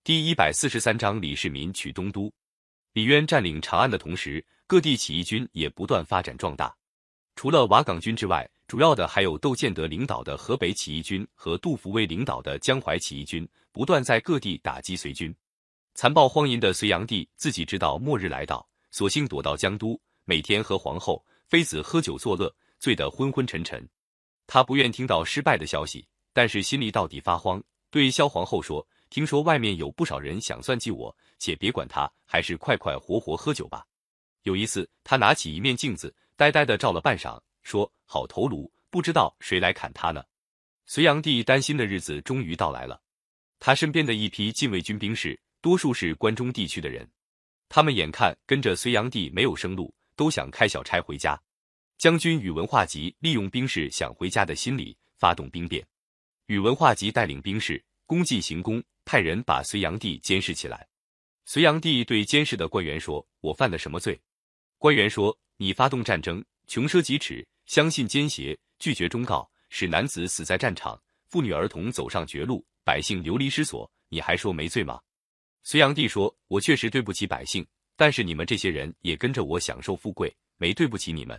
第143章李世民取东都。李渊占领长安的同时，各地起义军也不断发展壮大。除了瓦岗军之外，主要的还有窦建德领导的河北起义军和杜伏威领导的江淮起义军，不断在各地打击隋军。残暴荒淫的隋炀帝自己知道末日来到，索性躲到江都，每天和皇后、妃子喝酒作乐，醉得昏昏沉沉。他不愿听到失败的消息，但是心里到底发慌，对萧皇后说：“听说外面有不少人想算计我，且别管他，还是快快活活喝酒吧。”有一次，他拿起一面镜子，呆呆地照了半晌，说：“好头颅，不知道谁来砍他呢？”隋炀帝担心的日子终于到来了。他身边的一批禁卫军兵士，多数是关中地区的人，他们眼看跟着隋炀帝没有生路，都想开小差回家。将军宇文化及利用兵士想回家的心理，发动兵变。宇文化及带领兵士攻进行宫，派人把隋炀帝监视起来。隋炀帝对监视的官员说：“我犯了什么罪？”官员说：“你发动战争，穷奢极侈，相信奸邪，拒绝忠告，使男子死在战场，妇女儿童走上绝路，百姓流离失所，你还说没罪吗？”隋炀帝说：“我确实对不起百姓，但是你们这些人也跟着我享受富贵，没对不起你们。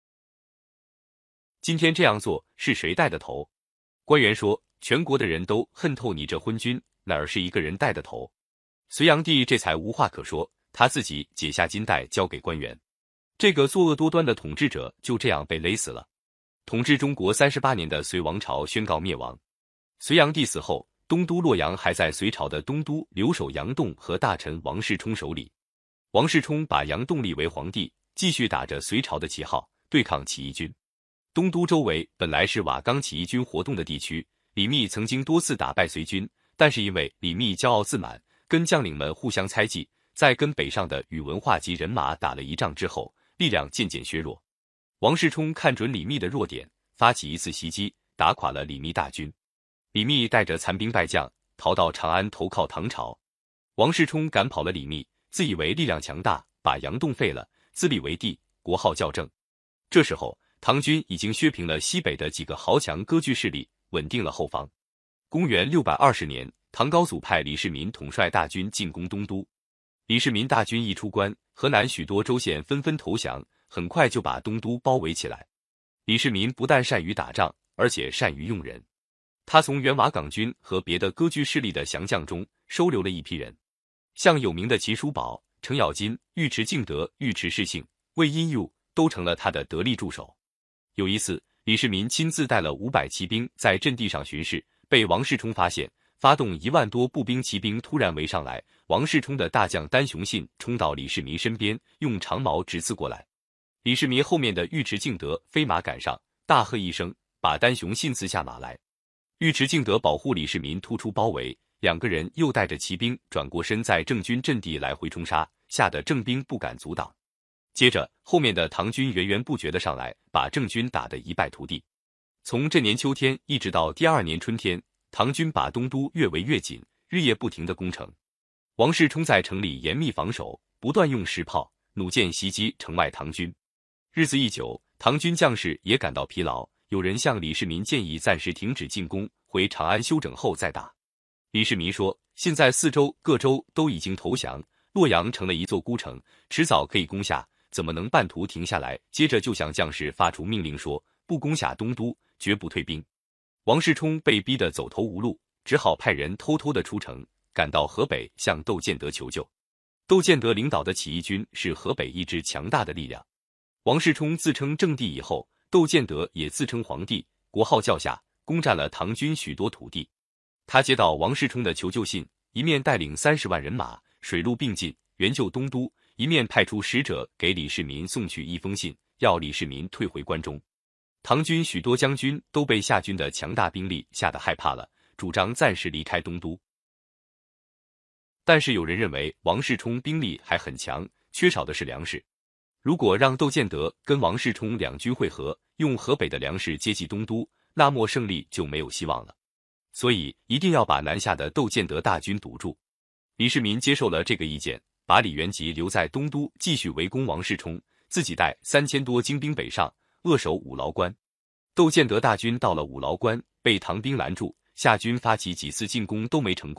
今天这样做是谁带的头？”官员说：“全国的人都恨透你这昏君，哪儿是一个人带的头？”隋炀帝这才无话可说，他自己解下金带交给官员。这个作恶多端的统治者就这样被勒死了。统治中国38年的隋王朝宣告灭亡。隋炀帝死后，东都洛阳还在隋朝的东都留守杨栋和大臣王世充手里。王世充把杨栋立为皇帝，继续打着隋朝的旗号对抗起义军。东都周围本来是瓦岗起义军活动的地区，李密曾经多次打败隋军，但是因为李密骄傲自满，跟将领们互相猜忌，在跟北上的宇文化及人马打了一仗之后，力量渐渐削弱。王世充看准李密的弱点，发起一次袭击，打垮了李密大军。李密带着残兵败将逃到长安投靠唐朝。王世充赶跑了李密，自以为力量强大，把杨栋废了，自立为帝，国号校正。这时候唐军已经削平了西北的几个豪强割据势力，稳定了后方。公元620年，唐高祖派李世民统帅大军进攻东都。李世民大军一出关，河南许多州县纷纷投降，很快就把东都包围起来。李世民不但善于打仗，而且善于用人。他从原瓦岗军和别的割据势力的降将中收留了一批人，像有名的齐叔宝、程咬金、尉迟敬德、尉迟世信、魏因佑都成了他的得力助手。有一次，李世民亲自带了500骑兵在阵地上巡视，被王世充发现，发动1万多步兵骑兵突然围上来。王世充的大将丹雄信冲到李世民身边，用长矛直刺过来。李世民后面的尉迟敬德飞马赶上，大喝一声，把丹雄信刺下马来。尉迟敬德保护李世民突出包围，两个人又带着骑兵转过身，在郑军阵地来回冲杀，吓得郑兵不敢阻挡。接着，后面的唐军源源不绝地上来，把郑军打得一败涂地。从这年秋天一直到第2年春天，唐军把东都越围越紧，日夜不停地攻城。王世充在城里严密防守，不断用石炮、弩箭袭击城外唐军。日子一久，唐军将士也感到疲劳，有人向李世民建议暂时停止进攻，回长安休整后再打。李世民说：“现在4州各州都已经投降，洛阳成了一座孤城，迟早可以攻下，怎么能半途停下来？”接着就向将士发出命令说：“不攻下东都，绝不退兵。”王世充被逼得走投无路，只好派人偷偷地出城，赶到河北向窦建德求救。窦建德领导的起义军是河北一支强大的力量。王世充自称正帝以后，窦建德也自称皇帝，国号校下，攻占了唐军许多土地。他接到王世充的求救信，一面带领30万人马水陆并进援救东都，一面派出使者给李世民送去一封信，要李世民退回关中。唐军许多将军都被夏军的强大兵力吓得害怕了，主张暂时离开东都。但是有人认为王世充兵力还很强，缺少的是粮食。如果让窦建德跟王世充两军会合，用河北的粮食接济东都，那么胜利就没有希望了。所以一定要把南下的窦建德大军堵住。李世民接受了这个意见，把李元吉留在东都继续围攻王世充，自己带3000多精兵北上，扼守五牢关。窦建德大军到了五牢关，被唐兵拦住，夏军发起几次进攻都没成功。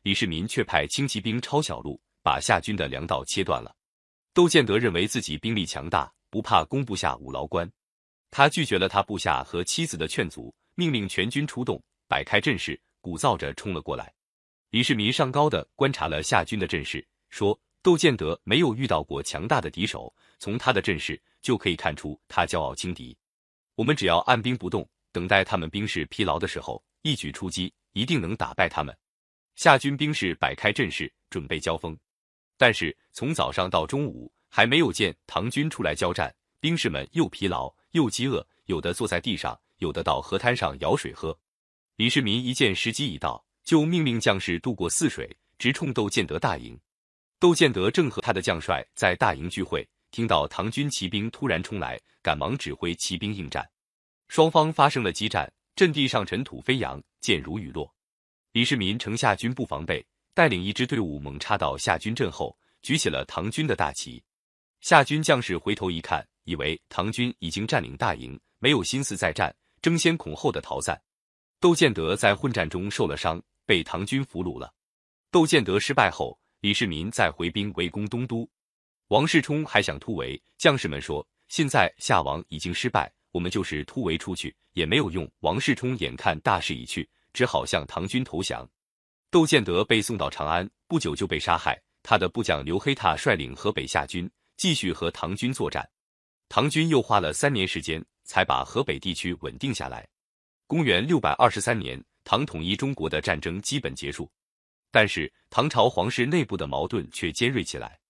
李世民却派轻骑兵抄小路，把夏军的粮道切断了。窦建德认为自己兵力强大，不怕攻不下五牢关，他拒绝了他部下和妻子的劝阻，命令全军出动，摆开阵势，鼓噪着冲了过来。李世民上高地观察了夏军的阵势，说窦建德没有遇到过强大的敌手，从他的阵势就可以看出他骄傲轻敌。我们只要按兵不动，等待他们兵士疲劳的时候，一举出击，一定能打败他们。夏军兵士摆开阵势，准备交锋。但是从早上到中午，还没有见唐军出来交战，兵士们又疲劳又饥饿，有的坐在地上，有的到河滩上舀水喝。李世民一见时机已到，就命令将士渡过泗水，直冲窦建德大营。窦建德正和他的将帅在大营聚会，听到唐军骑兵突然冲来，赶忙指挥骑兵应战。双方发生了激战，阵地上尘土飞扬，箭如雨落。李世民乘夏军不防备，带领一支队伍猛插到夏军阵后，举起了唐军的大旗。夏军将士回头一看，以为唐军已经占领大营，没有心思再战，争先恐后的逃散。窦建德在混战中受了伤，被唐军俘虏了。窦建德失败后，李世民再回兵围攻东都。王世充还想突围，将士们说，现在夏王已经失败，我们就是突围出去也没有用。王世充眼看大势已去，只好向唐军投降。窦建德被送到长安，不久就被杀害。他的部将刘黑闼率领河北夏军继续和唐军作战。唐军又花了3年时间，才把河北地区稳定下来。公元623年，唐统一中国的战争基本结束。但是唐朝皇室内部的矛盾却尖锐起来。